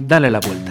Dale la vuelta.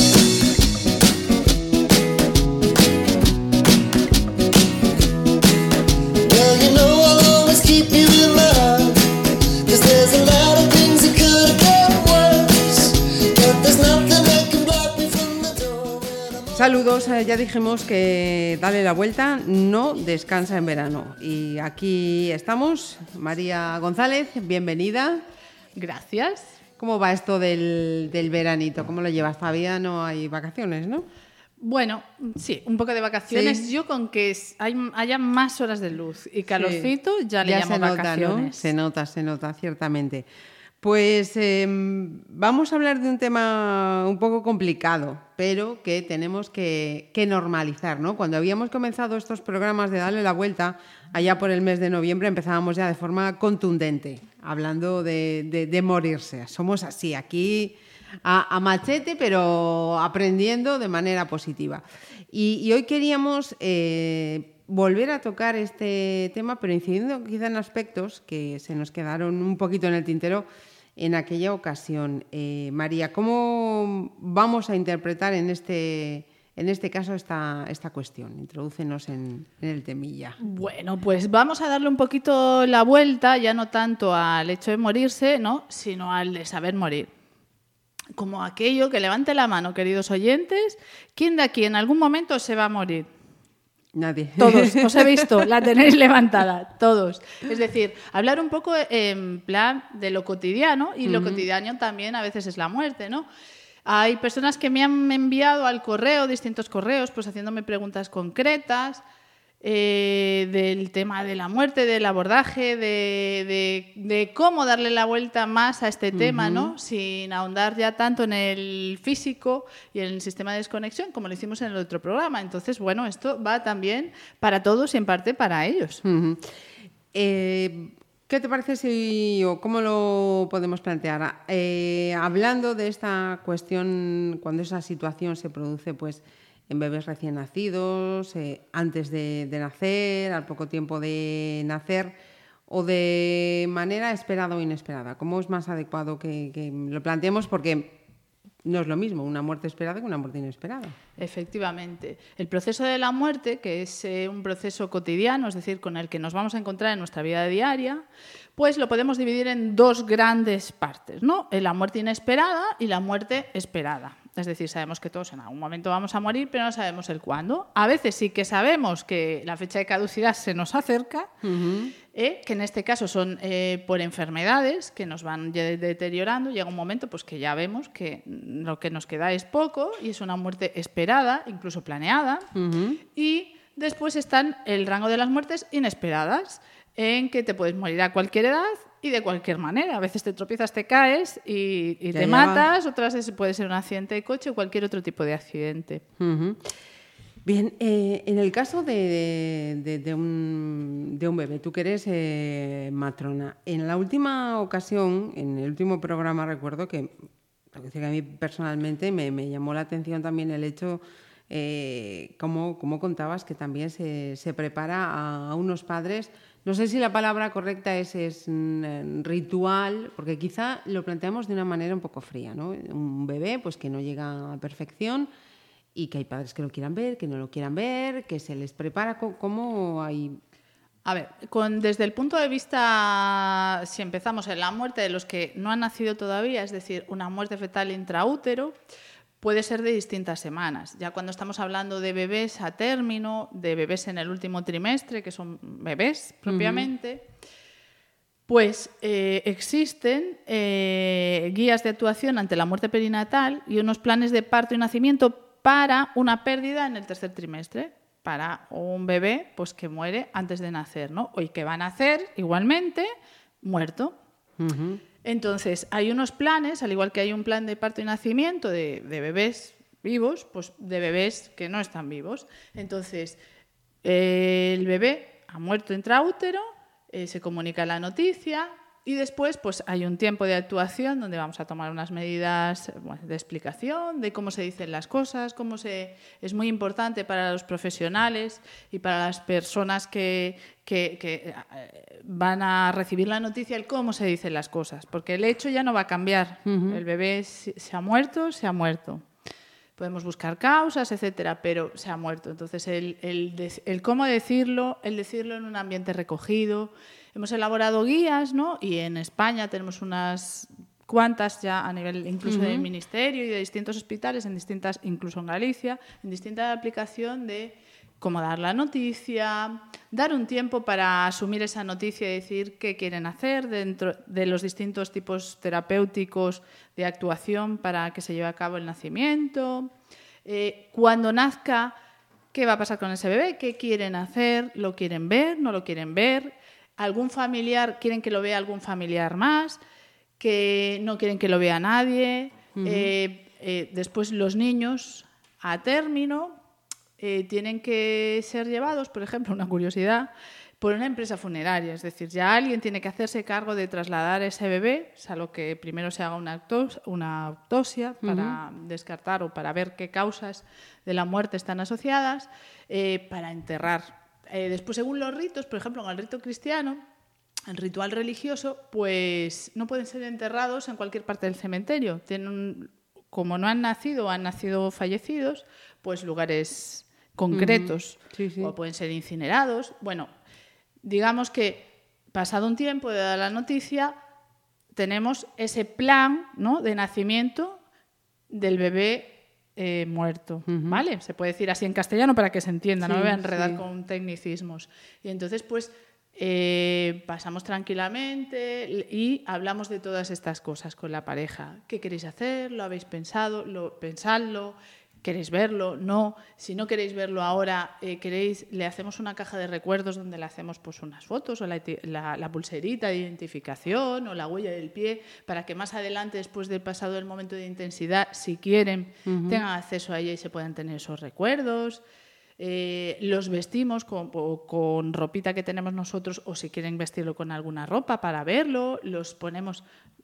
Saludos, ya dijimos que Dale la Vuelta no descansa en verano. Y aquí estamos, María González, bienvenida. Gracias. ¿Cómo va esto del veranito? ¿Cómo lo llevas? Todavía no hay vacaciones, ¿no? Bueno, sí, un poco de vacaciones. Sí. Yo con que haya más horas de luz y calorcito, sí, ya le llamo se nota, vacaciones. ¿no? Se nota, ciertamente. Pues vamos a hablar de un tema un poco complicado, pero que tenemos que normalizar, ¿no? Cuando habíamos comenzado estos programas de Darle la Vuelta, allá por el mes de noviembre, empezábamos ya de forma contundente, hablando de morirse. Somos así, aquí a machete, pero aprendiendo de manera positiva. Y hoy queríamos volver a tocar este tema, pero incidiendo quizá en aspectos que se nos quedaron un poquito en el tintero en aquella ocasión. María, ¿cómo vamos a interpretar en este caso esta cuestión? Introdúcenos en el temilla. Bueno, pues vamos a darle un poquito la vuelta, ya no tanto al hecho de morirse, ¿no?, sino al de saber morir. Como aquello que levante la mano, queridos oyentes, ¿quién de aquí en algún momento se va a morir? Nadie. Todos, os he visto, la tenéis levantada, todos. Es decir, hablar un poco en plan de lo cotidiano, y lo cotidiano también a veces es la muerte, ¿no? Hay personas que me han enviado al correo, distintos correos, pues haciéndome preguntas concretas del tema de la muerte, del abordaje, de cómo darle la vuelta más a este tema, ¿no?, sin ahondar ya tanto en el físico y en el sistema de desconexión como lo hicimos en el otro programa. Entonces, bueno, esto va también para todos y en parte para ellos. ¿Qué te parece o cómo lo podemos plantear? Hablando de esta cuestión, cuando esa situación se produce, pues en bebés recién nacidos, antes de nacer, al poco tiempo de nacer, o de manera esperada o inesperada. ¿Cómo es más adecuado que lo planteemos? Porque no es lo mismo una muerte esperada que una muerte inesperada. Efectivamente. El proceso de la muerte, que es un proceso cotidiano, es decir, con el que nos vamos a encontrar en nuestra vida diaria, pues lo podemos dividir en dos grandes partes, ¿no? La muerte inesperada y la muerte esperada. Es decir, sabemos que todos en algún momento vamos a morir, pero no sabemos el cuándo. A veces sí que sabemos que la fecha de caducidad se nos acerca, que en este caso son por enfermedades que nos van deteriorando. Llega un momento pues, que ya vemos que lo que nos queda es poco y es una muerte esperada, incluso planeada. Y después están el rango de las muertes inesperadas, en que te puedes morir a cualquier edad y de cualquier manera. A veces te tropiezas, te caes y te matas, otras veces puede ser un accidente de coche o cualquier otro tipo de accidente. Bien, en el caso de un bebé, tú que eres matrona, en la última ocasión, en el último programa, recuerdo que a mí personalmente me llamó la atención también el hecho, como contabas, que también se prepara a unos padres. No sé si la palabra correcta es ritual, porque quizá lo planteamos de una manera un poco fría, ¿no? Un bebé pues que no llega a perfección y que hay padres que lo quieran ver, que no lo quieran ver, que se les prepara. ¿Cómo hay...? A ver, desde el punto de vista, si empezamos en la muerte de los que no han nacido todavía, es decir, una muerte fetal intraútero, puede ser de distintas semanas. Ya cuando estamos hablando de bebés a término, de bebés en el último trimestre, que son bebés propiamente, pues existen guías de actuación ante la muerte perinatal y unos planes de parto y nacimiento para una pérdida en el tercer trimestre, para un bebé pues, que muere antes de nacer, ¿no? Y que va a nacer igualmente muerto. Entonces, hay unos planes, al igual que hay un plan de parto y nacimiento de bebés vivos, pues de bebés que no están vivos. Entonces, el bebé ha muerto intraútero, se comunica la noticia, Y después pues hay un tiempo de actuación donde vamos a tomar unas medidas de explicación de cómo se dicen las cosas, es muy importante para los profesionales y para las personas que van a recibir la noticia el cómo se dicen las cosas, porque el hecho ya no va a cambiar. El bebé se ha muerto, se ha muerto. Podemos buscar causas, etcétera, pero se ha muerto. Entonces, el cómo decirlo, el decirlo en un ambiente recogido. Hemos elaborado guías, ¿no? Y en España tenemos unas cuantas ya a nivel incluso del ministerio y de distintos hospitales, incluso en Galicia, en distinta aplicación de cómo dar la noticia, dar un tiempo para asumir esa noticia y decir qué quieren hacer dentro de los distintos tipos terapéuticos de actuación para que se lleve a cabo el nacimiento. Cuando nazca, ¿qué va a pasar con ese bebé? ¿Qué quieren hacer? ¿Lo quieren ver? ¿No lo quieren ver? ¿Algún familiar, quieren que lo vea algún familiar más? ¿Que no quieren que lo vea nadie? Después los niños a término tienen que ser llevados, por ejemplo, una curiosidad, por una empresa funeraria. Es decir, ya alguien tiene que hacerse cargo de trasladar ese bebé, salvo que primero se haga una autopsia para descartar o para ver qué causas de la muerte están asociadas, para enterrar. Después, según los ritos, por ejemplo, en el rito cristiano, el ritual religioso, pues no pueden ser enterrados en cualquier parte del cementerio. Como no han nacido o han nacido fallecidos, pues lugares concretos, o pueden ser incinerados. Bueno, digamos que pasado un tiempo de dar la noticia, tenemos ese plan, ¿no?, de nacimiento del bebé muerto, ¿vale? Se puede decir así en castellano para que se entienda, no me voy a enredar con tecnicismos. Y entonces, pues, pasamos tranquilamente y hablamos de todas estas cosas con la pareja. ¿Qué queréis hacer? ¿Lo habéis pensado? ¿Pensadlo? ¿Queréis verlo? No. Si no queréis verlo ahora, le hacemos una caja de recuerdos donde le hacemos pues unas fotos o la pulserita de identificación o la huella del pie para que más adelante, después del pasado el momento de intensidad, si quieren, tengan acceso a ella y se puedan tener esos recuerdos. Los vestimos con ropita que tenemos nosotros o si quieren vestirlo con alguna ropa para verlo. Los ponemos,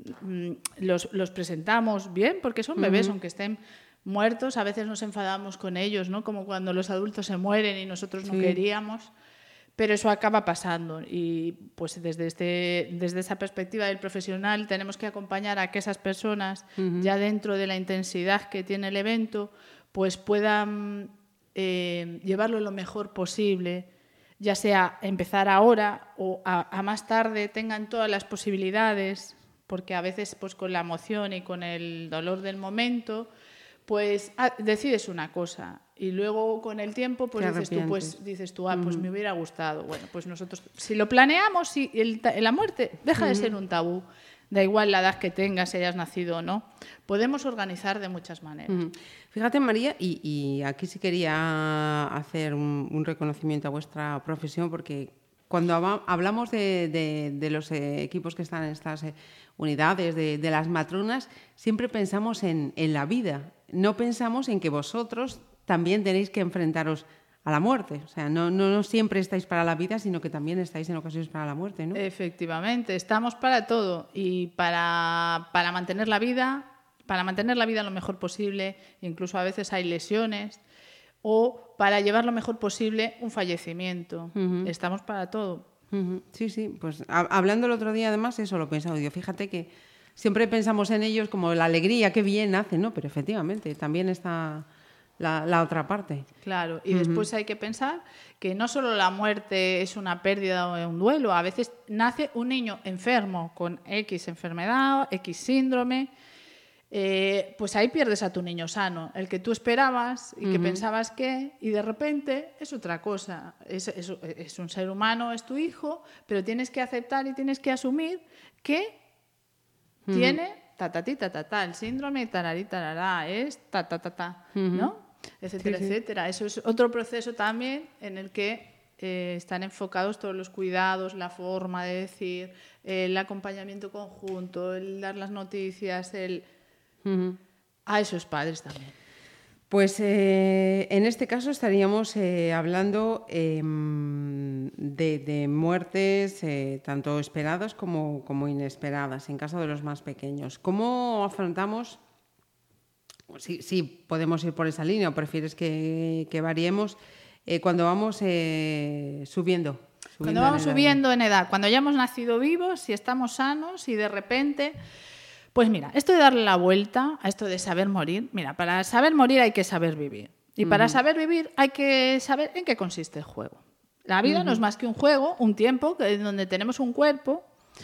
los presentamos bien porque son bebés, aunque estén muertos, a veces nos enfadamos con ellos, ¿no? Como cuando los adultos se mueren y nosotros no queríamos, pero eso acaba pasando y pues desde esa perspectiva del profesional tenemos que acompañar a que esas personas ya dentro de la intensidad que tiene el evento pues puedan llevarlo lo mejor posible, ya sea empezar ahora o a más tarde, tengan todas las posibilidades, porque a veces pues con la emoción y con el dolor del momento pues decides una cosa y luego con el tiempo pues dices tú, pues me hubiera gustado. Bueno, pues nosotros, si lo planeamos, si la muerte deja de ser un tabú, da igual la edad que tengas, si hayas nacido o no, podemos organizar de muchas maneras. Fíjate, María, y aquí sí quería hacer un reconocimiento a vuestra profesión, porque cuando hablamos de los equipos que están en estas unidades, de las matronas, siempre pensamos en la vida. No pensamos en que vosotros también tenéis que enfrentaros a la muerte. O sea, no siempre estáis para la vida, sino que también estáis en ocasiones para la muerte, ¿no? Efectivamente, estamos para todo y para mantener la vida lo mejor posible, incluso a veces hay lesiones, o para llevar lo mejor posible un fallecimiento. Estamos para todo. Sí, pues hablando el otro día además eso lo he pensado, digo, fíjate que siempre pensamos en ellos como la alegría, qué bien hacen, ¿no? Pero efectivamente también está la otra parte. Claro, y después hay que pensar que no solo la muerte es una pérdida o un duelo, a veces nace un niño enfermo con X enfermedad, X síndrome, pues ahí pierdes a tu niño sano, el que tú esperabas y que pensabas y de repente es otra cosa, es un ser humano, es tu hijo, pero tienes que aceptar y tienes que asumir que tiene el síndrome tararí tarará, es ¿no? Etcétera, etcétera. Eso es otro proceso también en el que están enfocados todos los cuidados, la forma de decir, el acompañamiento conjunto, el dar las noticias, a esos padres también. Pues en este caso estaríamos hablando de muertes tanto esperadas como inesperadas en caso de los más pequeños. ¿Cómo afrontamos? Sí, podemos ir por esa línea o prefieres que variemos cuando vamos subiendo. Cuando vamos subiendo en edad, cuando ya hemos nacido vivos, si estamos sanos y de repente... Pues mira, esto de darle la vuelta a esto de saber morir, mira, para saber morir hay que saber vivir. Y para saber vivir hay que saber en qué consiste el juego. La vida no es más que un juego, un tiempo donde tenemos un cuerpo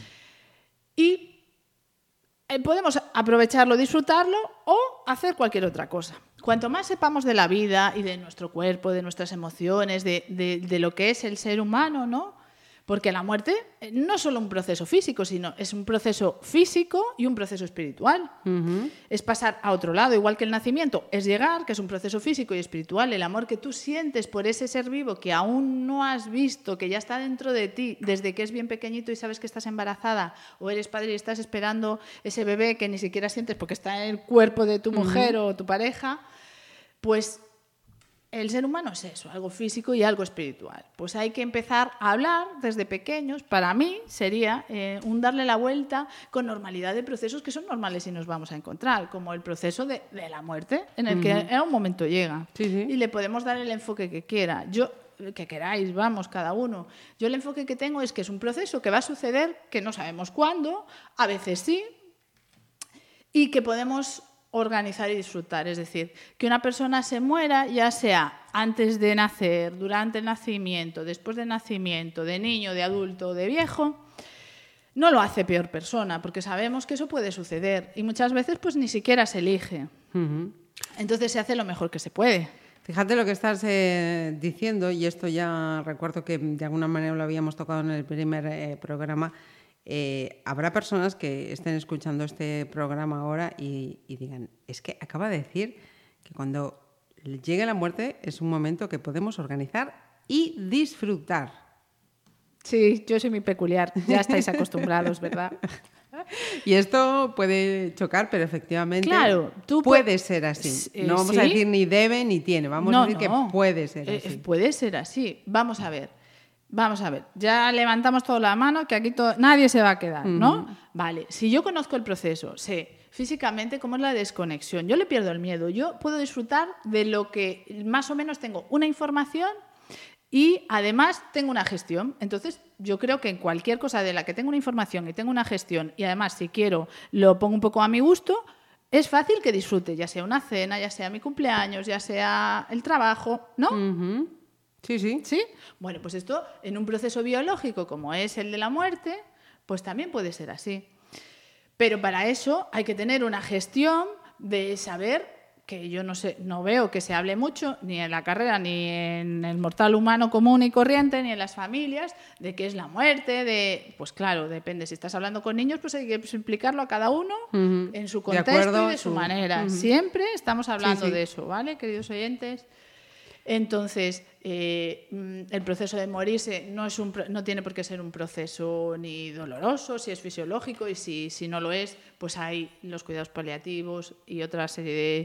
y podemos aprovecharlo, disfrutarlo o hacer cualquier otra cosa. Cuanto más sepamos de la vida y de nuestro cuerpo, de nuestras emociones, de lo que es el ser humano, ¿no? Porque la muerte no es solo un proceso físico, sino es un proceso físico y un proceso espiritual. Es pasar a otro lado, igual que el nacimiento. Es llegar, que es un proceso físico y espiritual. El amor que tú sientes por ese ser vivo que aún no has visto, que ya está dentro de ti, desde que es bien pequeñito y sabes que estás embarazada, o eres padre y estás esperando ese bebé que ni siquiera sientes porque está en el cuerpo de tu mujer o tu pareja, pues... El ser humano es eso, algo físico y algo espiritual. Pues hay que empezar a hablar desde pequeños. Para mí sería un darle la vuelta con normalidad de procesos que son normales y nos vamos a encontrar, como el proceso de la muerte, en el que en un momento llega. Sí. Y le podemos dar el enfoque que quiera. Que queráis, vamos, cada uno. Yo el enfoque que tengo es que es un proceso que va a suceder, que no sabemos cuándo, a veces sí, y que podemos... organizar y disfrutar, es decir, que una persona se muera ya sea antes de nacer, durante el nacimiento, después del nacimiento, de niño, de adulto o de viejo, no lo hace peor persona, porque sabemos que eso puede suceder y muchas veces pues ni siquiera se elige. Entonces se hace lo mejor que se puede. Fíjate lo que estás diciendo, y esto ya recuerdo que de alguna manera lo habíamos tocado en el primer programa. Habrá personas que estén escuchando este programa ahora y digan, es que acaba de decir que cuando llegue la muerte es un momento que podemos organizar y disfrutar. Sí, yo soy muy peculiar, ya estáis acostumbrados, ¿verdad? Y esto puede chocar, pero efectivamente claro, puede ser así. No vamos a decir ni debe ni tiene, vamos a decir que puede ser así. Puede ser así. Vamos a ver, ya levantamos toda la mano, que aquí nadie se va a quedar, ¿no? Vale, si yo conozco el proceso, sé físicamente cómo es la desconexión, yo le pierdo el miedo, yo puedo disfrutar de lo que más o menos tengo una información y además tengo una gestión. Entonces yo creo que en cualquier cosa de la que tengo una información y tengo una gestión y además si quiero lo pongo un poco a mi gusto, es fácil que disfrute, ya sea una cena, ya sea mi cumpleaños, ya sea el trabajo, ¿no? Sí. Bueno, pues esto en un proceso biológico como es el de la muerte, pues también puede ser así. Pero para eso hay que tener una gestión de saber, que yo no veo que se hable mucho, ni en la carrera, ni en el mortal humano común y corriente, ni en las familias, de qué es la muerte, pues claro, depende. Si estás hablando con niños, pues hay que explicarlo a cada uno en su contexto y de su manera. Siempre estamos hablando de eso, ¿vale, queridos oyentes? Entonces, el proceso de morirse no tiene por qué ser un proceso ni doloroso, si es fisiológico, y si no lo es, pues hay los cuidados paliativos y otra serie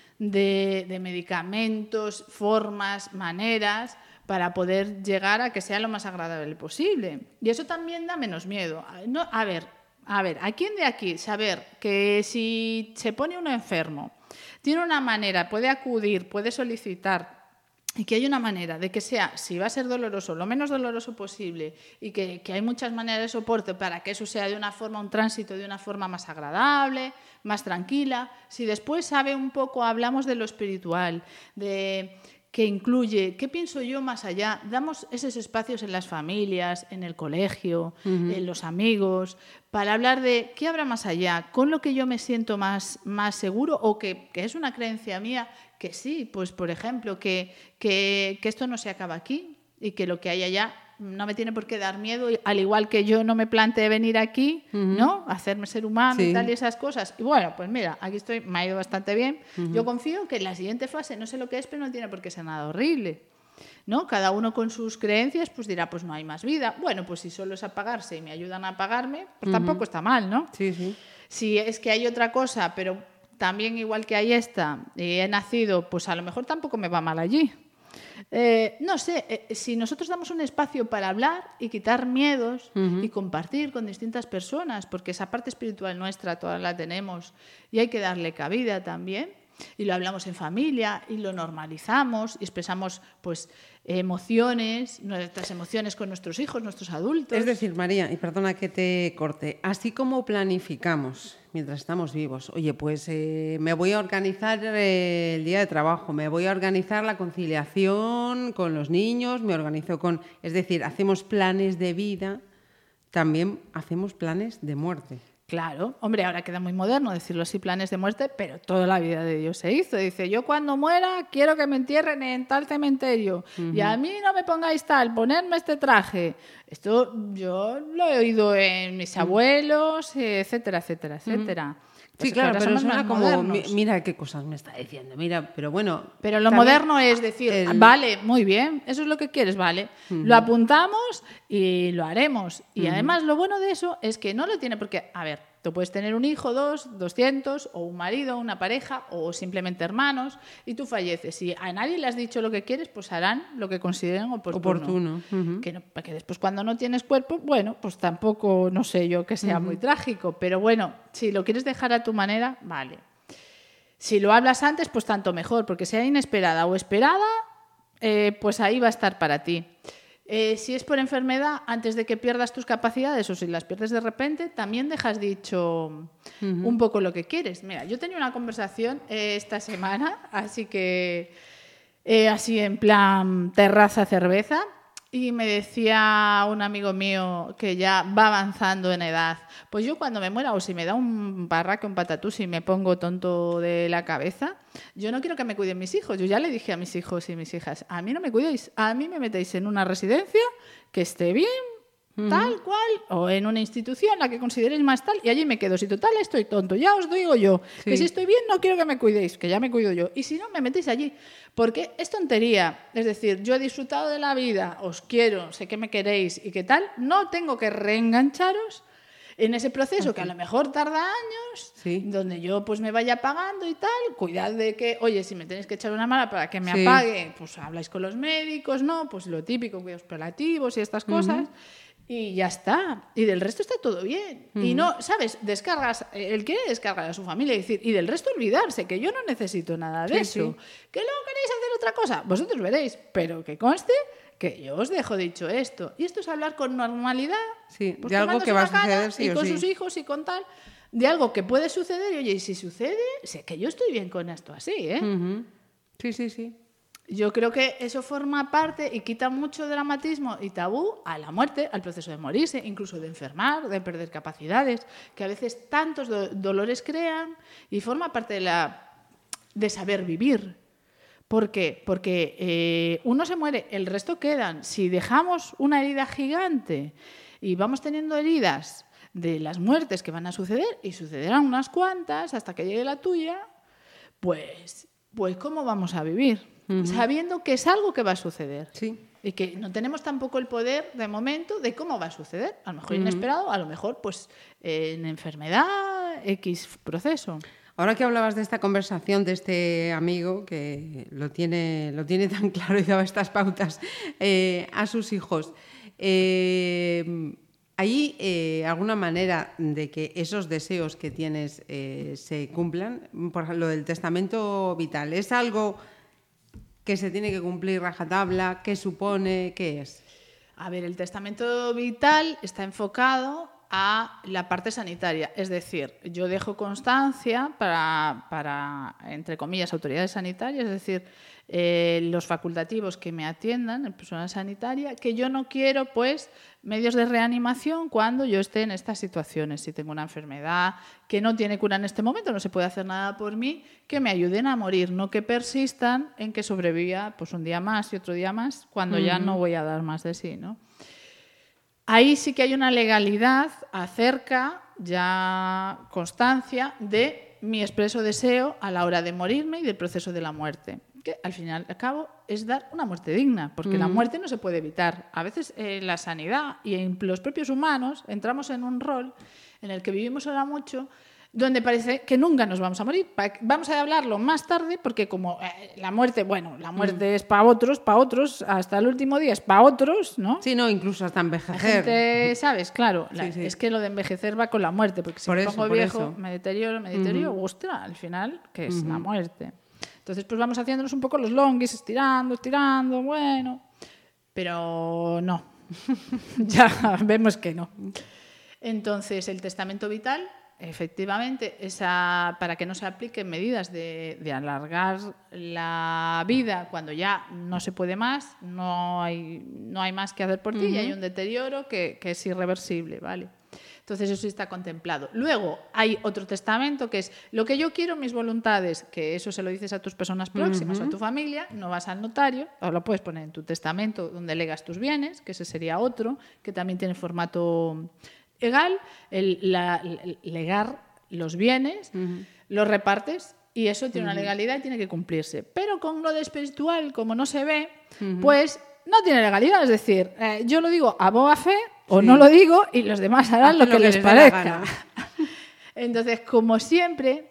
de medicamentos, formas, maneras para poder llegar a que sea lo más agradable posible. Y eso también da menos miedo. A ver, ¿a quién de aquí saber que si se pone uno enfermo, tiene una manera, puede acudir, puede solicitar, y que hay una manera de que sea, si va a ser doloroso, lo menos doloroso posible, y que hay muchas maneras de soporte para que eso sea de una forma, un tránsito de una forma más agradable, más tranquila? Si después sabe un poco, hablamos de lo espiritual, de que incluye, ¿qué pienso yo más allá? Damos esos espacios en las familias, en el colegio, en los amigos, para hablar de qué habrá más allá, con lo que yo me siento más seguro, o que es una creencia mía, que sí, pues por ejemplo, que esto no se acaba aquí y que lo que hay allá no me tiene por qué dar miedo, al igual que yo no me planteé venir aquí, ¿no? Hacerme ser humano y tal y esas cosas. Y bueno, pues mira, aquí estoy, me ha ido bastante bien. Yo confío que en la siguiente fase, no sé lo que es, pero no tiene por qué ser nada horrible, ¿no? Cada uno con sus creencias pues dirá, pues no hay más vida. Bueno, pues si solo es apagarse y me ayudan a apagarme, pues tampoco está mal, ¿no? Sí. Si es que hay otra cosa, pero también igual que ahí está, y he nacido, pues a lo mejor tampoco me va mal allí. No sé, si nosotros damos un espacio para hablar y quitar miedos y compartir con distintas personas, porque esa parte espiritual nuestra toda la tenemos y hay que darle cabida también, y lo hablamos en familia y lo normalizamos y expresamos pues emociones, nuestras emociones con nuestros hijos, nuestros adultos. Es decir, María, y perdona que te corte, así como planificamos mientras estamos vivos, oye, pues me voy a organizar el día de trabajo, me voy a organizar la conciliación con los niños, me organizo con... Es decir, hacemos planes de vida, también hacemos planes de muerte. Claro, hombre, ahora queda muy moderno decirlo así, planes de muerte, pero toda la vida de Dios se hizo. Dice, yo cuando muera quiero que me entierren en tal cementerio y a mí no me pongáis tal, ponerme este traje. Esto yo lo he oído en mis abuelos, etcétera, etcétera, etcétera. Sí, Pues claro, pero suena como, modernos. mira qué cosas me está diciendo, mira, pero bueno... Pero lo moderno es decir, vale, muy bien, eso es lo que quieres, vale, lo apuntamos y lo haremos. Y además lo bueno de eso es que no lo tiene porque, a ver, tú puedes tener un hijo, 200, o un marido, una pareja, o simplemente hermanos, y tú falleces. Si a nadie le has dicho lo que quieres, pues harán lo que consideren oportuno. Que después cuando no tienes cuerpo, bueno, pues tampoco, no sé yo, que sea muy trágico, pero bueno, si lo quieres dejar a tu manera, vale. Si lo hablas antes, pues tanto mejor, porque sea inesperada o esperada, pues ahí va a estar para ti. Si es por enfermedad, antes de que pierdas tus capacidades o si las pierdes de repente, también dejas dicho un poco lo que quieres. Mira, yo tenía una conversación esta semana, así que así en plan terraza, cerveza, y me decía un amigo mío que ya va avanzando en edad, pues yo cuando me muera o si me da un barraque, un patatús y me pongo tonto de la cabeza, yo no quiero que me cuiden mis hijos. Yo ya le dije a mis hijos y mis hijas, a mí no me cuidéis, a mí me metéis en una residencia que esté bien, tal cual, o en una institución, la que consideréis más tal, y allí me quedo. Si total estoy tonto, ya os digo yo, que si estoy bien no quiero que me cuidéis, que ya me cuido yo, y si no, me metéis allí, porque es tontería. Es decir, yo he disfrutado de la vida, os quiero, sé que me queréis y qué tal, no tengo que reengancharos en ese proceso que a lo mejor tarda años, donde yo pues me vaya pagando y tal, cuidad de que, oye, si me tenéis que echar una mano para que me apague, pues habláis con los médicos, ¿no? Pues lo típico, cuidados paliativos y estas cosas, y ya está. Y del resto está todo bien. Y no, ¿sabes? Descargas, él quiere descargar a su familia y decir, y del resto olvidarse, que yo no necesito nada de eso. ¿Que luego queréis hacer otra cosa? Vosotros veréis, pero que conste que yo os dejo dicho esto. Y esto es hablar con normalidad. Sí, pues de algo que va a suceder sí y o con sí. sus hijos y con tal, de algo que puede suceder. Y oye, y si sucede, sé que yo estoy bien con esto así, ¿eh? Sí, sí, sí. Yo creo que eso forma parte y quita mucho dramatismo y tabú a la muerte, al proceso de morirse, incluso de enfermar, de perder capacidades, que a veces tantos dolores crean y forma parte de saber vivir. ¿Por qué? Porque uno se muere, el resto quedan. Si dejamos una herida gigante y vamos teniendo heridas de las muertes que van a suceder, y sucederán unas cuantas hasta que llegue la tuya, pues ¿cómo vamos a vivir? Sabiendo que es algo que va a suceder. Sí. Y que no tenemos tampoco el poder, de momento, de cómo va a suceder. A lo mejor inesperado, a lo mejor pues en enfermedad, X proceso. Ahora que hablabas de esta conversación de este amigo que lo tiene tan claro y daba estas pautas a sus hijos, ¿hay alguna manera de que esos deseos que tienes se cumplan? Por ejemplo, lo del testamento vital, ¿es algo que se tiene que cumplir rajatabla? ¿Qué supone? ¿Qué es? A ver, el testamento vital está enfocado a la parte sanitaria. Es decir, yo dejo constancia para entre comillas, autoridades sanitarias, es decir, los facultativos que me atiendan, el personal sanitario, que yo no quiero pues medios de reanimación cuando yo esté en estas situaciones. Si tengo una enfermedad que no tiene cura en este momento, no se puede hacer nada por mí, que me ayuden a morir, no que persistan en que sobreviva pues un día más y otro día más, cuando ya no voy a dar más de sí, ¿no? Ahí sí que hay una legalidad acerca, ya constancia, de mi expreso deseo a la hora de morirme y del proceso de la muerte, que al final y al cabo es dar una muerte digna, porque la muerte no se puede evitar. A veces en la sanidad y en los propios humanos entramos en un rol en el que vivimos ahora mucho donde parece que nunca nos vamos a morir. Vamos a hablarlo más tarde porque como la muerte es para otros, hasta el último día es para otros, ¿no? Sí, no, incluso hasta envejecer. La gente, ¿sabes? Claro, Sí. es que lo de envejecer va con la muerte, porque si me pongo viejo, eso. me deterioro, ostras, al final, que es la muerte. Entonces, pues vamos haciéndonos un poco los longuis, estirando, bueno, pero no. Ya vemos que no. Entonces, el testamento vital, efectivamente, para que no se apliquen medidas de alargar la vida cuando ya no se puede más, no hay más que hacer por ti y hay un deterioro que es irreversible, ¿vale? Entonces eso sí está contemplado. Luego hay otro testamento que es lo que yo quiero, mis voluntades, que eso se lo dices a tus personas próximas o a tu familia, no vas al notario, o lo puedes poner en tu testamento donde legas tus bienes, que ese sería otro, que también tiene formato legal, legar los bienes, los repartes y eso tiene una legalidad y tiene que cumplirse. Pero con lo de espiritual, como no se ve, pues no tiene legalidad. Es decir, yo lo digo a boa fe o no lo digo y los demás harán lo que les parezca. Entonces, como siempre,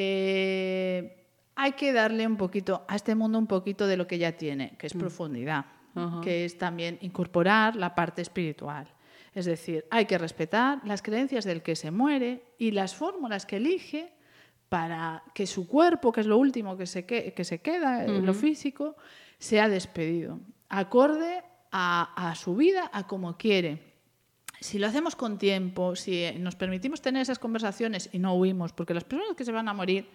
hay que darle un poquito a este mundo un poquito de lo que ya tiene, que es profundidad, que es también incorporar la parte espiritual. Es decir, hay que respetar las creencias del que se muere y las fórmulas que elige para que su cuerpo, que es lo último que se queda, lo físico, sea despedido, acorde a su vida, a como quiere. Si lo hacemos con tiempo, si nos permitimos tener esas conversaciones y no huimos, porque las personas que se van a morir,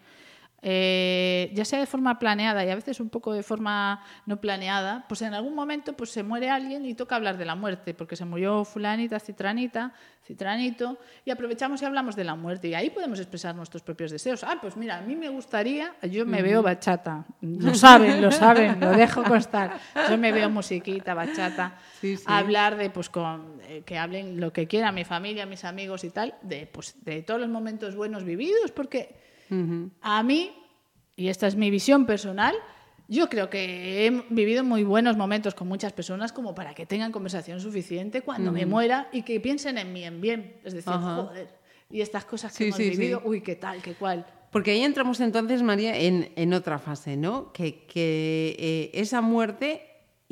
ya sea de forma planeada y a veces un poco de forma no planeada, pues en algún momento pues se muere alguien y toca hablar de la muerte, porque se murió fulanita, citranito, y aprovechamos y hablamos de la muerte y ahí podemos expresar nuestros propios deseos. Pues mira, a mí me gustaría, yo me veo bachata, lo saben, lo dejo constar, yo me veo musiquita, bachata, hablar de pues que hablen lo que quiera mi familia, mis amigos y tal, de todos los momentos buenos vividos, porque a mí, y esta es mi visión personal, yo creo que he vivido muy buenos momentos con muchas personas como para que tengan conversación suficiente cuando me muera y que piensen en mí en bien. Es decir, joder, y estas cosas que hemos vivido, uy, qué tal, qué cual. Porque ahí entramos entonces, María, en otra fase, ¿no? Que esa muerte,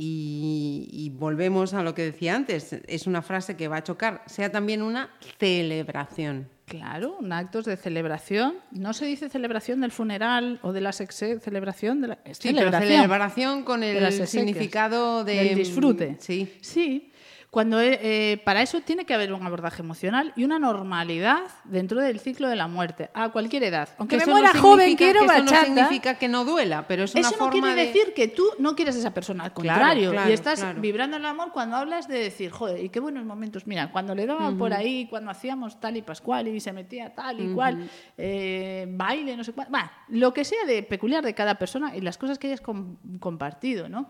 y volvemos a lo que decía antes, es una frase que va a chocar, sea también una celebración. Claro, actos de celebración. No se dice celebración del funeral o de la celebración de la pero celebración con el significado del disfrute. Sí. Cuando para eso tiene que haber un abordaje emocional y una normalidad dentro del ciclo de la muerte a cualquier edad. Aunque me muera joven, quiero bachata. Eso no significa que no duela, pero es una forma no quiere decir que tú no quieres a esa persona, al contrario. Claro, y estás vibrando en el amor cuando hablas de decir, joder, y qué buenos momentos. Mira, cuando le daban por ahí, cuando hacíamos tal y pascual y se metía tal y cual, baile, no sé cuál. Lo que sea de peculiar de cada persona y las cosas que hayas compartido, ¿no?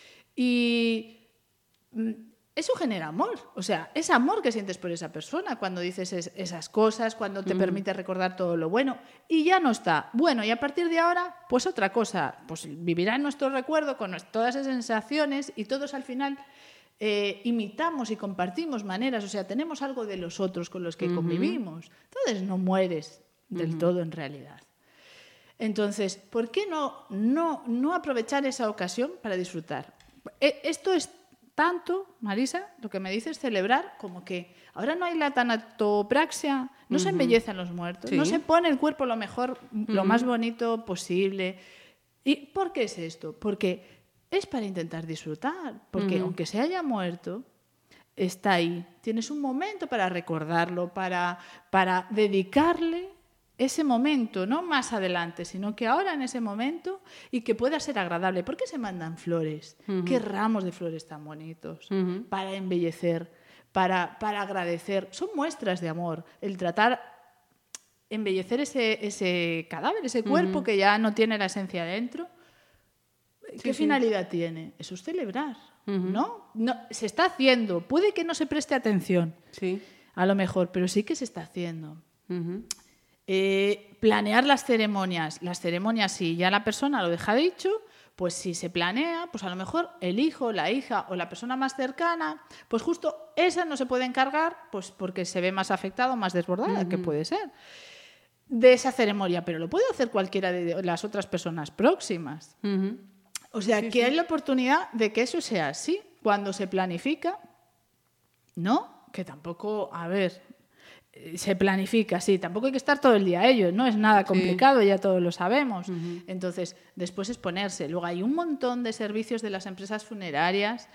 Y eso genera amor, o sea, es amor que sientes por esa persona cuando dices esas cosas, cuando te permite recordar todo lo bueno y ya no está. Bueno, y a partir de ahora, pues otra cosa, pues vivirá en nuestro recuerdo con todas esas sensaciones y todos al final imitamos y compartimos maneras, o sea, tenemos algo de los otros con los que convivimos. Entonces no mueres del todo en realidad. Entonces, ¿por qué no aprovechar esa ocasión para disfrutar? Esto es tanto, Marisa, lo que me dices celebrar, como que ahora no hay la tanatopraxia, no se embellecen los muertos, no se pone el cuerpo lo mejor, lo más bonito posible. ¿Y por qué es esto? Porque es para intentar disfrutar, porque aunque se haya muerto, está ahí. Tienes un momento para recordarlo, para dedicarle ese momento, no más adelante, sino que ahora en ese momento y que pueda ser agradable. ¿Por qué se mandan flores? ¿Qué ramos de flores tan bonitos? Para embellecer, para agradecer. Son muestras de amor. El embellecer ese cadáver, ese cuerpo que ya no tiene la esencia dentro. ¿Qué finalidad tiene? Eso es celebrar, ¿no? Se está haciendo. Puede que no se preste atención, a lo mejor, pero sí que se está haciendo. Planear las ceremonias, si ya la persona lo deja dicho, pues si se planea, pues a lo mejor el hijo, la hija o la persona más cercana, pues justo esa no se puede encargar, pues porque se ve más afectada o más desbordada, que puede ser. de esa ceremonia, pero lo puede hacer cualquiera de las otras personas próximas. O sea, que hay la oportunidad de que eso sea así cuando se planifica, ¿no? Que tampoco, a ver, se planifica, sí, tampoco hay que estar todo el día a ello, no es nada complicado, ya todos lo sabemos. Entonces, después es ponerse. Luego hay un montón de servicios de las empresas funerarias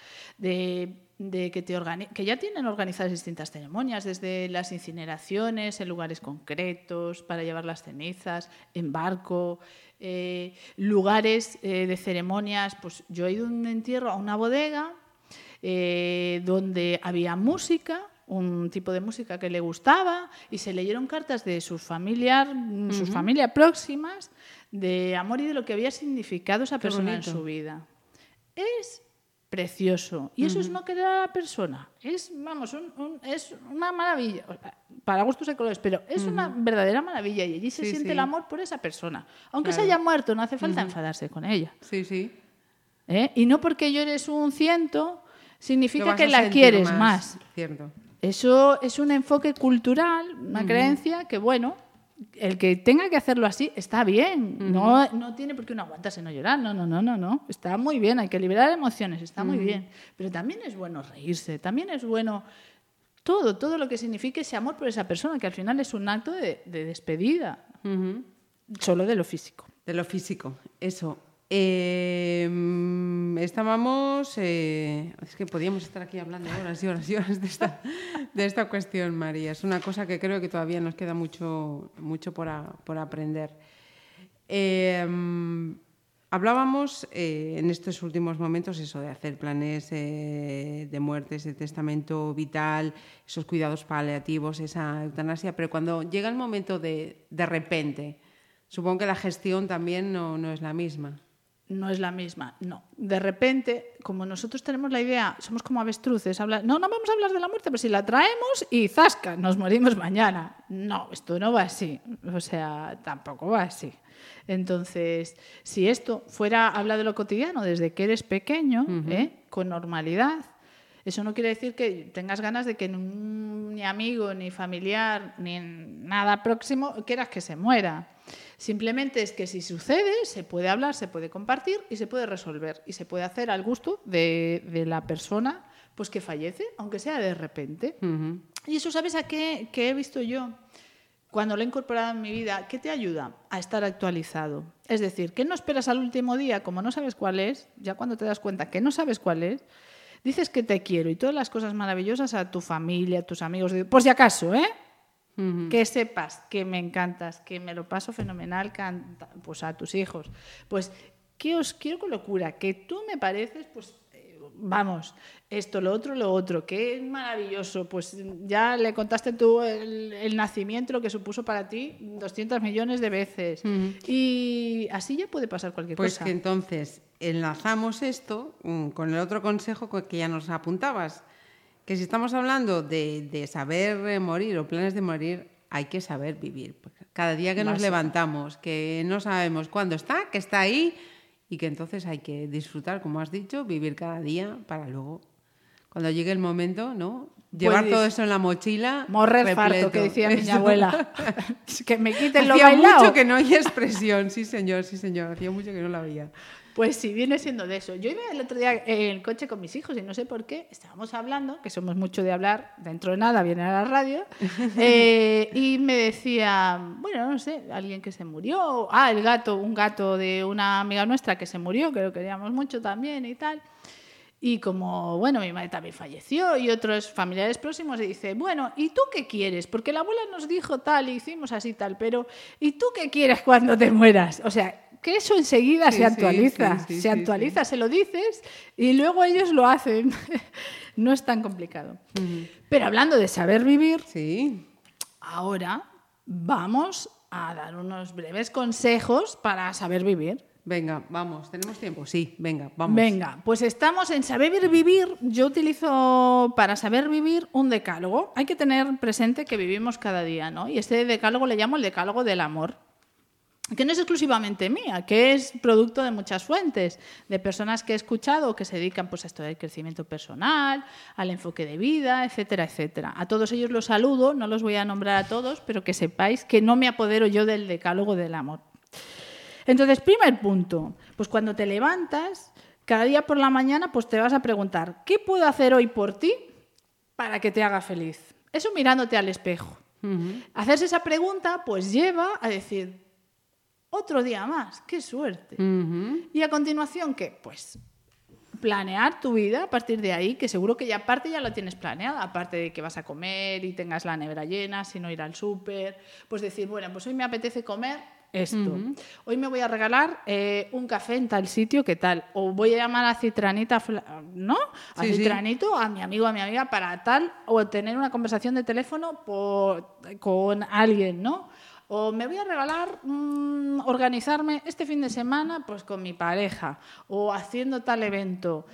que ya tienen organizadas distintas ceremonias, desde las incineraciones en lugares concretos para llevar las cenizas, en barco, lugares de ceremonias. Pues yo he ido a un entierro, a una bodega, donde había música, un tipo de música que le gustaba, y se leyeron cartas de sus familias próximas, de amor y de lo que había significado esa persona en su vida. Es precioso. Y eso es no querer a la persona. Es, vamos, es una maravilla. Para gustos y colores, pero es una verdadera maravilla. Y allí se siente el amor por esa persona. Aunque se haya muerto, no hace falta enfadarse con ella. Sí, sí. Y no porque llores un ciento significa que la quieres más. Cierto. Eso es un enfoque cultural, una creencia que, bueno, el que tenga que hacerlo así está bien. No tiene por qué uno aguantarse, no llorar. No. Está muy bien, hay que liberar emociones, está muy bien. Pero también es bueno reírse, también es bueno todo lo que signifique ese amor por esa persona, que al final es un acto de despedida. Solo de lo físico. De lo físico, eso. Estábamos... es que podíamos estar aquí hablando horas y horas y horas de esta cuestión, María. Es una cosa que creo que todavía nos queda mucho por aprender. Hablábamos en estos últimos momentos eso de hacer planes de muerte, ese testamento vital, esos cuidados paliativos, esa eutanasia, pero cuando llega el momento de repente, supongo que la gestión también no es la misma. No es la misma, no. De repente, como nosotros tenemos la idea, somos como avestruces, no vamos a hablar de la muerte, pero si la traemos y ¡zasca! Nos morimos mañana. No, esto no va así. O sea, tampoco va así. Entonces, si esto fuera hablar de lo cotidiano desde que eres pequeño, con normalidad, eso no quiere decir que tengas ganas de que ni amigo, ni familiar, ni nada próximo quieras que se muera. Simplemente es que si sucede, se puede hablar, se puede compartir y se puede resolver. Y se puede hacer al gusto de la persona pues que fallece, aunque sea de repente. Y eso, ¿sabes a qué he visto yo? Cuando lo he incorporado en mi vida, ¿qué te ayuda? A estar actualizado. Es decir, que no esperas al último día, como no sabes cuál es, ya cuando te das cuenta que no sabes cuál es, dices que te quiero y todas las cosas maravillosas a tu familia, a tus amigos, por si acaso, que sepas que me encantas, que me lo paso fenomenal, pues a tus hijos. Pues que os quiero con locura, que tú me pareces, pues vamos, esto, lo otro, que es maravilloso. Pues ya le contaste tú el nacimiento, lo que supuso para ti 200 millones de veces. Y así ya puede pasar cualquier cosa. Pues que entonces enlazamos esto con el otro consejo que ya nos apuntabas, que si estamos hablando de saber morir o planes de morir, hay que saber vivir. Cada día que nos levantamos, que no sabemos cuándo está, que está ahí, y que entonces hay que disfrutar, como has dicho, vivir cada día para luego, cuando llegue el momento, ¿no? Llevar todo eso en la mochila. Morrer farto, que decía mi abuela. Que me quiten lo bailado. Hacía mucho que no hay expresión, sí señor. Hacía mucho que no la veía. Pues sí, viene siendo de eso. Yo iba el otro día en el coche con mis hijos y no sé por qué, estábamos hablando, que somos mucho de hablar, dentro de nada viene a la radio, y me decía, bueno, no sé, alguien que se murió, un gato de una amiga nuestra que se murió, que lo queríamos mucho también y tal. Y como, bueno, mi madre también falleció y otros familiares próximos, y dice, bueno, ¿y tú qué quieres? Porque la abuela nos dijo tal y hicimos así tal, pero ¿y tú qué quieres cuando te mueras? O sea, que eso enseguida se actualiza, se actualiza, se lo dices y luego ellos lo hacen. No es tan complicado. Pero hablando de saber vivir, ahora vamos a dar unos breves consejos para saber vivir. Venga, vamos, ¿tenemos tiempo? Sí, venga, vamos. Venga, pues estamos en saber vivir. Yo utilizo para saber vivir un decálogo. Hay que tener presente que vivimos cada día, ¿no? Y este decálogo le llamo el decálogo del amor. que no es exclusivamente mía, que es producto de muchas fuentes, de personas que he escuchado que se dedican pues, a esto del crecimiento personal, al enfoque de vida, etcétera, etcétera. A todos ellos los saludo, no los voy a nombrar a todos, pero que sepáis que no me apodero yo del decálogo del amor. Entonces, primer punto, pues cuando te levantas, cada día por la mañana pues te vas a preguntar, ¿qué puedo hacer hoy por ti para que te haga feliz? Eso mirándote al espejo. Hacerse esa pregunta pues lleva a decir, otro día más, qué suerte. Y a continuación, ¿qué? Pues planear tu vida a partir de ahí, que seguro que ya parte ya lo tienes planeada, aparte de que vas a comer y tengas la nevera llena, si no ir al súper, pues decir, bueno, pues hoy me apetece comer esto. Hoy me voy a regalar un café en tal sitio, ¿qué tal? O voy a llamar a Citranita, ¿no? A Citranito, a mi amigo, a mi amiga, para tal, o tener una conversación de teléfono con alguien, ¿no? O me voy a regalar organizarme este fin de semana pues con mi pareja o haciendo tal evento.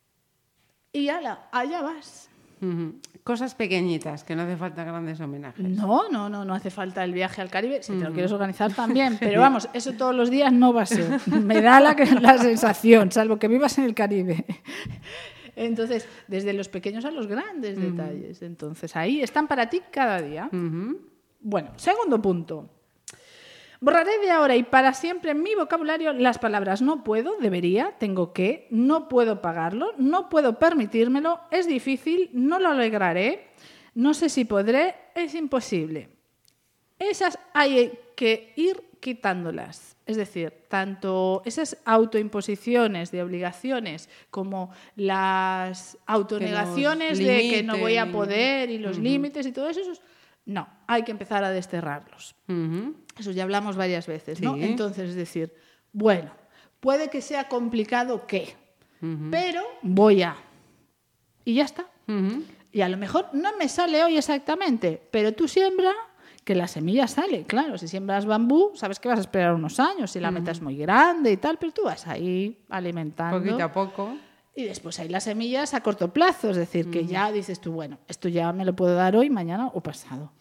Y allá vas. Cosas pequeñitas, que no hace falta grandes homenajes. No hace falta el viaje al Caribe, si te lo quieres organizar también, pero vamos, eso todos los días no va a ser. Me da la sensación, salvo que vivas en el Caribe. Entonces, desde los pequeños a los grandes detalles. Entonces, ahí están para ti cada día. Bueno, segundo punto. Borraré de ahora y para siempre en mi vocabulario las palabras no puedo, debería, tengo que, no puedo pagarlo, no puedo permitírmelo, es difícil, no lo lograré, no sé si podré, es imposible. Esas hay que ir quitándolas. Es decir, tanto esas autoimposiciones de obligaciones como las autonegaciones de que no voy a poder y los límites y todo eso, no, hay que empezar a desterrarlos. Eso ya hablamos varias veces, ¿no? Sí. Entonces, es decir, bueno, puede que sea complicado pero voy a... Y ya está. Y a lo mejor no me sale hoy exactamente, pero tú siembra que la semilla sale. Claro, si siembras bambú, sabes que vas a esperar unos años, si la meta es muy grande y tal, pero tú vas ahí alimentando. Poquito a poco. Y después hay las semillas a corto plazo, es decir, que ya dices tú, bueno, esto ya me lo puedo dar hoy, mañana o pasado.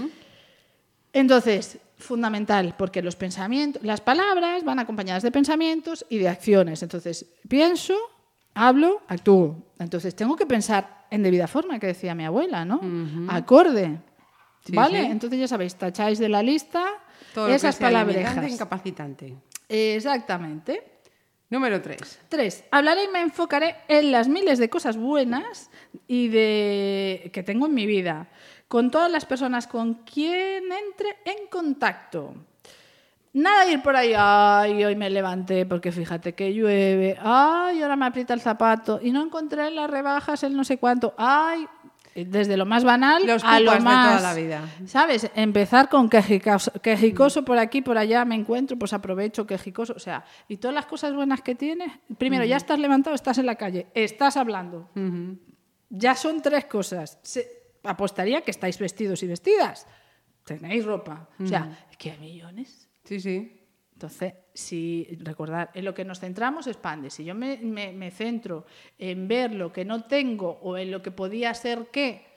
Entonces, fundamental, porque los pensamientos, las palabras van acompañadas de pensamientos y de acciones. Entonces, pienso, hablo, actúo. Entonces, tengo que pensar en debida forma, que decía mi abuela, ¿no? Acorde. Sí, ¿vale? Sí. Entonces, ya sabéis, tacháis de la lista todo esas palabrejas. Incapacitante. Exactamente. Número 3. 3. Hablaré y me enfocaré en las miles de cosas buenas que tengo en mi vida, con todas las personas con quien entre en contacto. Nada de ir por ahí, ay, hoy me levanté porque fíjate que llueve, ay, ahora me aprieta el zapato y no encontré en las rebajas el no sé cuánto, ay... Desde lo más banal a lo más, de toda la vida. ¿Sabes? Empezar con quejicoso por aquí, por allá me encuentro, pues aprovecho quejicoso. O sea, y todas las cosas buenas que tienes. Primero, ya estás levantado, estás en la calle, estás hablando. Ya son 3 cosas. Apostaría que estáis vestidos y vestidas. Tenéis ropa. O sea, es que hay millones. Sí, sí. Entonces, si recordar, en lo que nos centramos expande. Si yo me centro en ver lo que no tengo o en lo que podía ser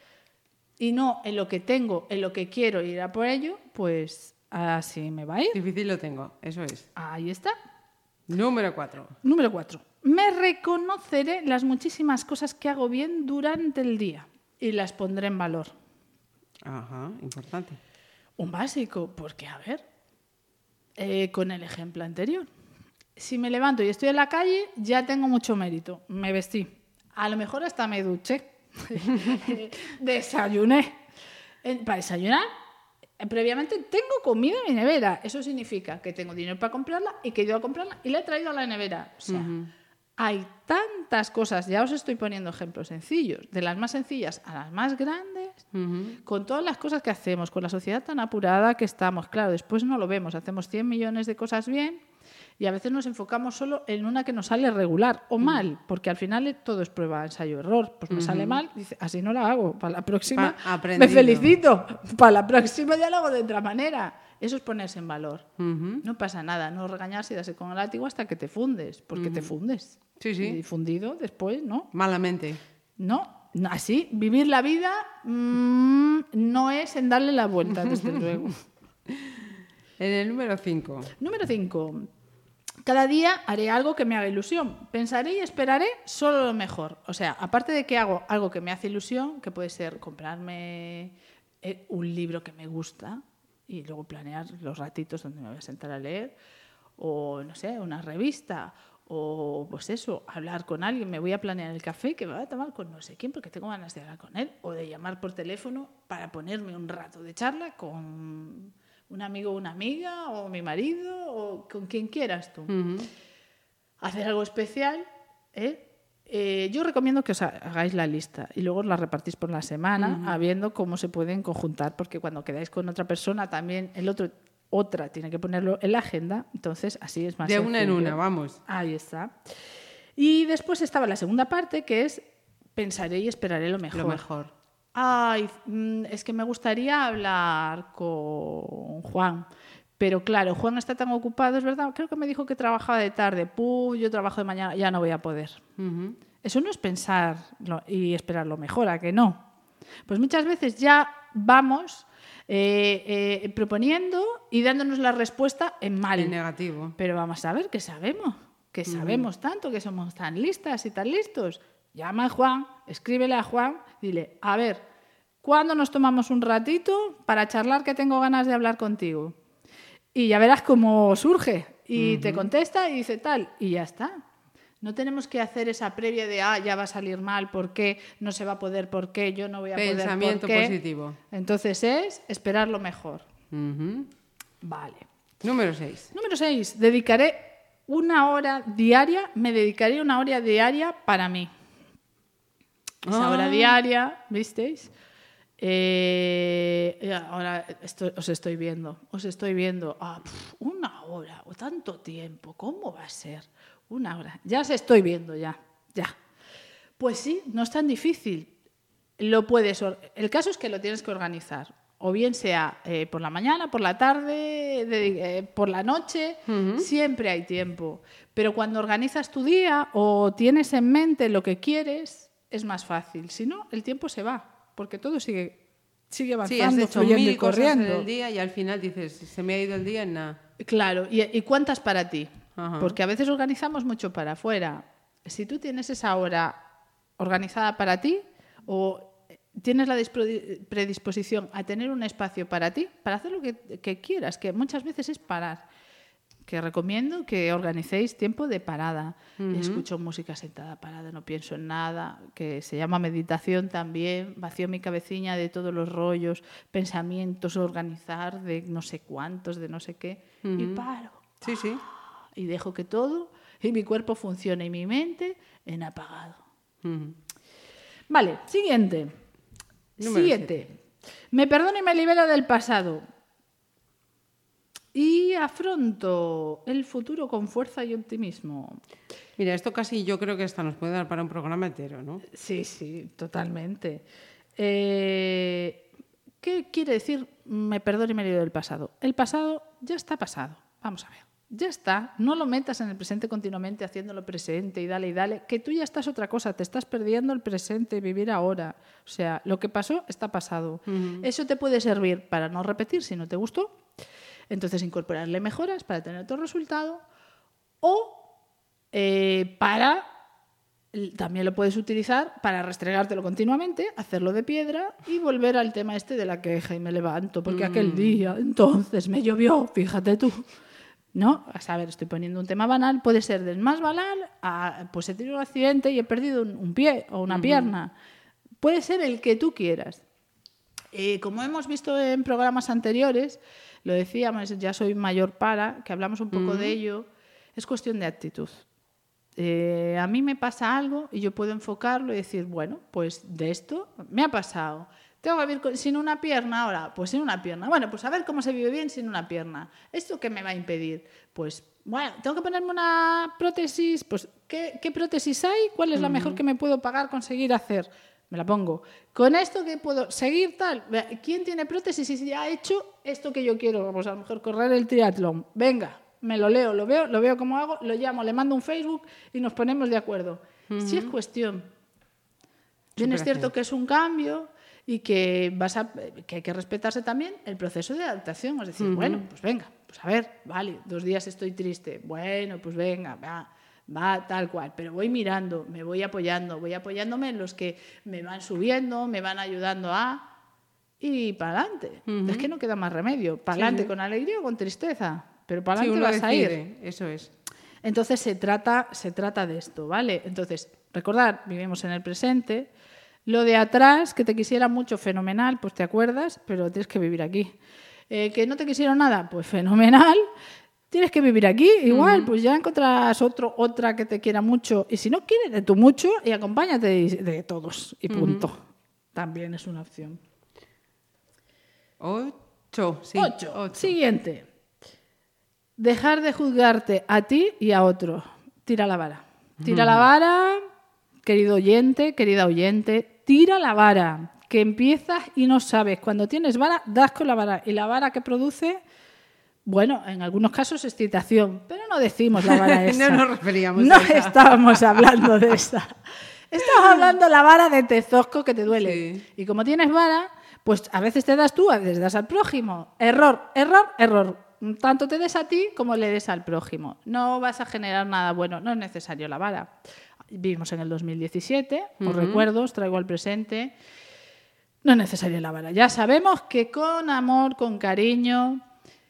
y no en lo que tengo, en lo que quiero ir a por ello, pues así me va a ir. Difícil lo tengo, eso es. Ahí está. Número 4. Número 4. Me reconoceré las muchísimas cosas que hago bien durante el día y las pondré en valor. Ajá, importante. Un básico, porque a ver... con el ejemplo anterior. Si me levanto y estoy en la calle, ya tengo mucho mérito. Me vestí. A lo mejor hasta me duché. Desayuné. Para desayunar, previamente tengo comida en mi nevera. Eso significa que tengo dinero para comprarla y que he ido a comprarla y la he traído a la nevera. O sea, hay tantas cosas. Ya os estoy poniendo ejemplos sencillos. De las más sencillas a las más grandes. Con todas las cosas que hacemos, con la sociedad tan apurada que estamos. Claro, después no lo vemos. Hacemos 100 millones de cosas bien y a veces nos enfocamos solo en una que nos sale regular o mal, porque al final todo es prueba, ensayo, error. Pues me sale mal, dice, así no la hago. Para la próxima me felicito. Para la próxima ya lo hago de otra manera. Eso es ponerse en valor. No pasa nada, no regañarse y darse con el látigo hasta que te fundes, porque te fundes. Sí, sí. Y fundido después, ¿no? Malamente. No, así, vivir la vida no es en darle la vuelta, desde luego. En el número 5. Número 5. Cada día haré algo que me haga ilusión. Pensaré y esperaré solo lo mejor. O sea, aparte de que hago algo que me hace ilusión, que puede ser comprarme un libro que me gusta y luego planear los ratitos donde me voy a sentar a leer, o no sé, una revista, o pues eso, hablar con alguien. Me voy a planear el café que me voy a tomar con no sé quién porque tengo ganas de hablar con él, o de llamar por teléfono para ponerme un rato de charla con un amigo o una amiga, o mi marido, o con quien quieras tú. Hacer algo especial, yo recomiendo que os hagáis la lista y luego os la repartís por la semana, viendo cómo se pueden conjuntar, porque cuando quedáis con otra persona también otra tiene que ponerlo en la agenda, entonces así es más de sencillo. una en una, vamos. Ahí está. Y después estaba la segunda parte, que es pensaré y esperaré lo mejor. Lo mejor. Ay, es que me gustaría hablar con Juan, pero claro, Juan está tan ocupado, es verdad, creo que me dijo que trabajaba de tarde, yo trabajo de mañana, ya no voy a poder. Eso no es pensar y esperar lo mejor, ¿a que no? Pues muchas veces ya vamos proponiendo y dándonos la respuesta en mal. En negativo. Pero vamos a ver, que sabemos tanto, que somos tan listas y tan listos. Llama a Juan, escríbele a Juan, dile, a ver, ¿cuándo nos tomamos un ratito para charlar, que tengo ganas de hablar contigo? Y ya verás cómo surge. Y te contesta y dice tal, y ya está. No tenemos que hacer esa previa de, ya va a salir mal, ¿por qué? No se va a poder, ¿por qué? Yo no voy a poder, ¿por qué? Pensamiento positivo. Entonces es esperar lo mejor. Vale. Número 6. Número 6. Me dedicaré una hora diaria para mí. Esa hora diaria, ¿visteis? Ahora os estoy viendo. Una hora o tanto tiempo, ¿cómo va a ser? Una hora. Ya os estoy viendo, ya. Pues sí, no es tan difícil. El caso es que lo tienes que organizar. O bien sea por la mañana, por la tarde, por la noche, siempre hay tiempo. Pero cuando organizas tu día o tienes en mente lo que quieres, es más fácil. Si no, el tiempo se va, porque todo sigue avanzando, has hecho fluyendo y 1000 cosas corriendo. en el día y al final dices, se me ha ido el día en nada. Claro, ¿y cuántas para ti? Ajá. Porque a veces organizamos mucho para afuera. Si tú tienes esa hora organizada para ti o tienes la predisposición a tener un espacio para ti, para hacer lo que quieras, que muchas veces es parar. Que recomiendo que organicéis tiempo de parada. Escucho música sentada parada, no pienso en nada, que se llama meditación también, vacío mi cabecilla de todos los rollos, pensamientos, organizar de no sé cuántos, de no sé qué, y paro. Sí. Y dejo que todo, y mi cuerpo funcione y mi mente en apagado. Vale, siguiente. Número 7. Me perdono y me libero del pasado. Y afronto el futuro con fuerza y optimismo. Mira, esto casi yo creo que hasta nos puede dar para un programa entero, ¿no? Sí, totalmente. ¿Qué quiere decir me perdono y me libero del pasado? El pasado ya está pasado. Vamos a ver. Ya está. No lo metas en el presente continuamente haciéndolo presente y dale, que tú ya estás otra cosa. Te estás perdiendo el presente, vivir ahora. O sea, lo que pasó está pasado. Eso te puede servir para no repetir si no te gustó. Entonces, incorporarle mejoras para tener otro resultado o también lo puedes utilizar para restregártelo continuamente, hacerlo de piedra y volver al tema de la queja y me levanto porque aquel día entonces me llovió, fíjate tú. ¿No? A ver, estoy poniendo un tema banal, puede ser del más banal a pues he tenido un accidente y he perdido un pie o una pierna. Puede ser el que tú quieras. Como hemos visto en programas anteriores, lo decíamos, ya soy mayor que hablamos un poco de ello, es cuestión de actitud. A mí me pasa algo y yo puedo enfocarlo y decir, bueno, pues de esto me ha pasado. Tengo que vivir sin una pierna ahora, pues sin una pierna. Bueno, pues a ver cómo se vive bien sin una pierna. ¿Esto qué me va a impedir? Pues, bueno, tengo que ponerme una prótesis, pues ¿qué prótesis hay? ¿Cuál es la mejor que me puedo conseguir hacer? Me la pongo. Con esto que puedo seguir tal. ¿Quién tiene prótesis y ya ha hecho esto que yo quiero? Vamos a lo mejor correr el triatlón. Venga, me lo leo, lo veo cómo hago, lo llamo, le mando un Facebook y nos ponemos de acuerdo. Sí es cuestión. Bien, es cierto que es un cambio y que hay que respetarse también el proceso de adaptación. Es decir, bueno, pues venga, pues a ver, vale, 2 días estoy triste, bueno, pues venga, va tal cual, pero voy mirando, me voy apoyándome en los que me van subiendo, me van ayudando y para adelante. Es que no queda más remedio, para adelante con alegría o con tristeza, pero para adelante vas a ir. Eso es. Entonces se trata de esto, ¿vale? Entonces, recordar, vivimos en el presente. Lo de atrás, que te quisiera mucho, fenomenal, pues te acuerdas, pero tienes que vivir aquí. Que no te quisieron nada, pues fenomenal. Tienes que vivir aquí, igual, pues ya encontrarás otra que te quiera mucho. Y si no quieres de tú mucho, y acompáñate de todos, y punto. También es una opción. 8, sí. 8. Siguiente. Dejar de juzgarte a ti y a otro. Tira la vara. Tira la vara, querido oyente, querida oyente. Tira la vara, que empiezas y no sabes. Cuando tienes vara, das con la vara. Y la vara que produce... Bueno, en algunos casos excitación, pero no decimos la vara esa. No nos referíamos no a esa. No estábamos hablando de esa. Estamos hablando de la vara de tezosco que te duele. Sí. Y como tienes vara, pues a veces te das tú, a veces das al prójimo. Error. Tanto te des a ti como le des al prójimo. No vas a generar nada bueno, no es necesario la vara. Vivimos en el 2017, os recuerdo, os traigo al presente. No es necesario la vara. Ya sabemos que con amor, con cariño...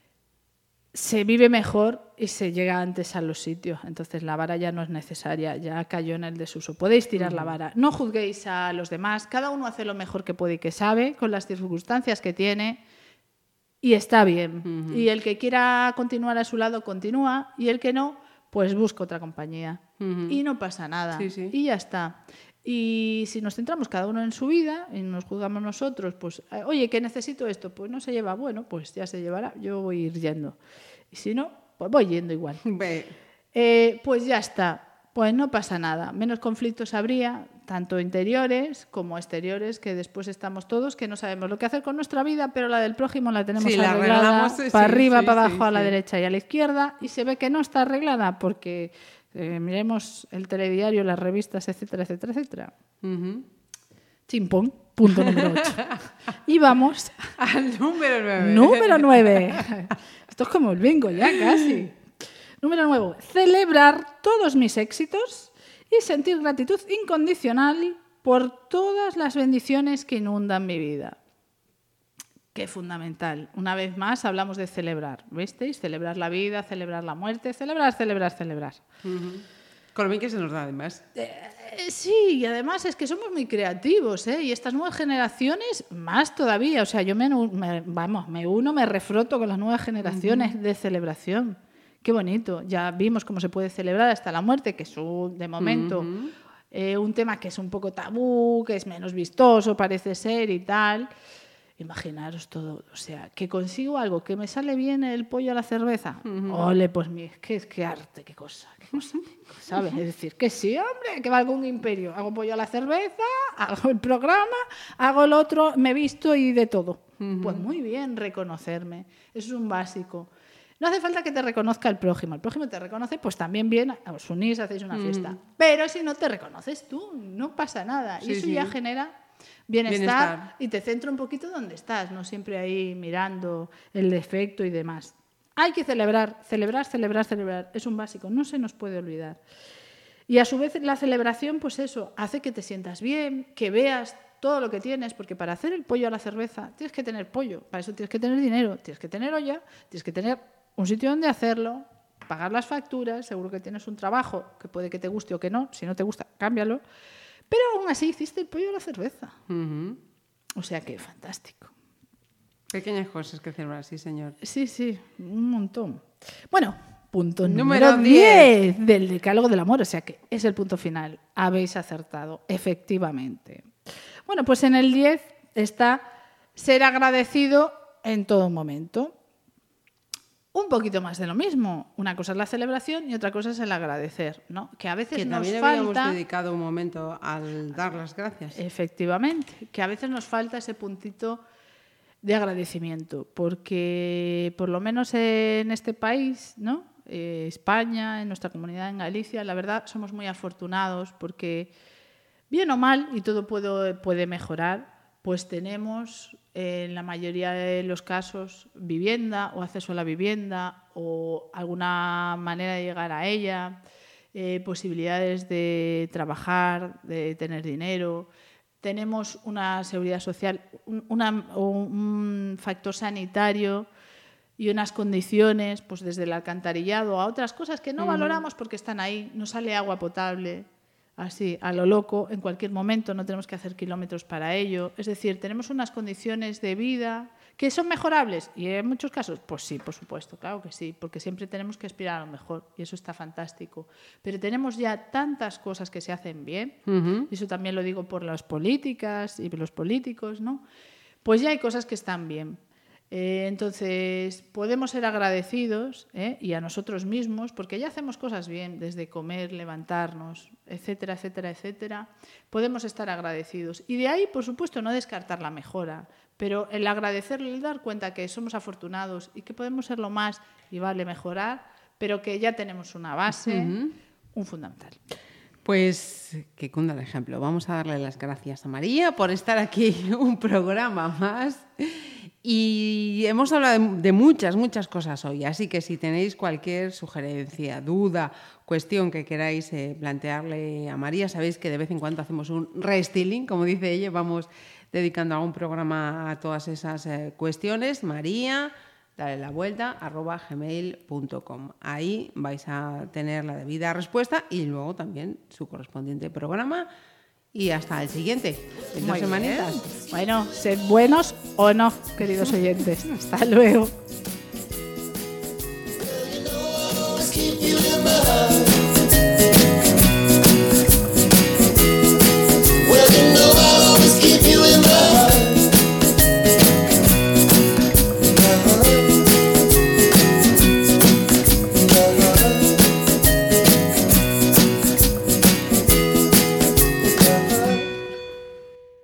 se vive mejor y se llega antes a los sitios. Entonces la vara ya no es necesaria, ya cayó en el desuso. Podéis tirar la vara. No juzguéis a los demás. Cada uno hace lo mejor que puede y que sabe, con las circunstancias que tiene, y está bien. Y el que quiera continuar a su lado, continúa, y el que no, pues busca otra compañía. Y no pasa nada. Sí. Y ya está. Y si nos centramos cada uno en su vida y nos juzgamos nosotros, pues, oye, ¿qué necesito esto? Pues no se lleva, bueno, pues ya se llevará, yo voy a ir yendo. Y si no, pues voy yendo igual. Pues ya está, pues no pasa nada. Menos conflictos habría, tanto interiores como exteriores, que después estamos todos, que no sabemos lo que hacer con nuestra vida, pero la del prójimo la tenemos arreglada, para arriba, para abajo, a la derecha y a la izquierda, y se ve que no está arreglada porque... miremos el telediario, las revistas, etcétera, etcétera, etcétera. Chimpón, punto número 8. Y vamos al número 9. Número 9. Esto es como el bingo ya, casi. Número 9. Celebrar todos mis éxitos y sentir gratitud incondicional por todas las bendiciones que inundan mi vida. Qué fundamental. Una vez más hablamos de celebrar, ¿visteis? Celebrar la vida, celebrar la muerte, celebrar. Con lo bien que se nos da, además. Sí, y además es que somos muy creativos, ¿eh? Y estas nuevas generaciones, más todavía. O sea, yo me refroto con las nuevas generaciones de celebración. Qué bonito. Ya vimos cómo se puede celebrar hasta la muerte, que es de momento un tema que es un poco tabú, que es menos vistoso, parece ser y tal. Imaginaros todo, o sea, que consigo algo, que me sale bien el pollo a la cerveza. Ole, pues qué arte, qué cosa, ¿sabes? Es decir, que sí, hombre, que valgo un imperio. Hago pollo a la cerveza, hago el programa, hago el otro, me visto y de todo. Pues muy bien, reconocerme. Eso es un básico. No hace falta que te reconozca el prójimo. El prójimo te reconoce, pues también bien, os unís, hacéis una fiesta. Pero si no te reconoces tú, no pasa nada. Y eso ya genera... Bienestar y te centra un poquito donde estás, no siempre ahí mirando el defecto y demás. Hay que celebrar. Es un básico, no se nos puede olvidar. Y a su vez la celebración, pues eso, hace que te sientas bien, que veas todo lo que tienes, porque para hacer el pollo a la cerveza tienes que tener pollo, para eso tienes que tener dinero, tienes que tener olla, tienes que tener un sitio donde hacerlo, pagar las facturas, seguro que tienes un trabajo que puede que te guste o que no, si no te gusta, cámbialo. Pero aún así hiciste el pollo a la cerveza. O sea que fantástico. Pequeñas cosas que celebrar, sí, señor. Sí, un montón. Bueno, punto número 10 del decálogo del amor. O sea que es el punto final. Habéis acertado, efectivamente. Bueno, pues en el 10 está ser agradecido en todo momento. Un poquito más de lo mismo. Una cosa es la celebración y otra cosa es el agradecer, ¿no? Que a veces nos falta... Que también habíamos dedicado un momento al dar las gracias. Efectivamente. Que a veces nos falta ese puntito de agradecimiento. Porque, por lo menos en este país, ¿no? España, en nuestra comunidad en Galicia, la verdad somos muy afortunados porque, bien o mal, y todo puede mejorar, pues tenemos en la mayoría de los casos vivienda o acceso a la vivienda o alguna manera de llegar a ella, posibilidades de trabajar, de tener dinero. Tenemos una seguridad social, un factor sanitario y unas condiciones, pues desde el alcantarillado a otras cosas que no valoramos porque están ahí. No sale agua potable así, a lo loco, en cualquier momento, no tenemos que hacer kilómetros para ello. Es decir, tenemos unas condiciones de vida que son mejorables. Y en muchos casos, pues sí, por supuesto, claro que sí, porque siempre tenemos que aspirar a lo mejor, y eso está fantástico. Pero tenemos ya tantas cosas que se hacen bien, y eso también lo digo por las políticas y los políticos, ¿no? Pues ya hay cosas que están bien. Entonces, podemos ser agradecidos, y a nosotros mismos, porque ya hacemos cosas bien, desde comer, levantarnos, etcétera, etcétera, etcétera. Podemos estar agradecidos. Y de ahí, por supuesto, no descartar la mejora, pero el agradecerle, el dar cuenta que somos afortunados y que podemos serlo más y vale mejorar, pero que ya tenemos una base, un fundamental. Pues que cunda el ejemplo. Vamos a darle las gracias a María por estar aquí un programa más. Y hemos hablado de muchas cosas hoy, así que si tenéis cualquier sugerencia, duda, cuestión que queráis plantearle a María, sabéis que de vez en cuando hacemos un restyling, como dice ella, vamos dedicando algún programa a todas esas cuestiones. María, dale la vuelta, @gmail.com. Ahí vais a tener la debida respuesta y luego también su correspondiente programa. Y hasta el siguiente, en 2 semanitas. Bueno, sed buenos o no, queridos oyentes. Hasta luego.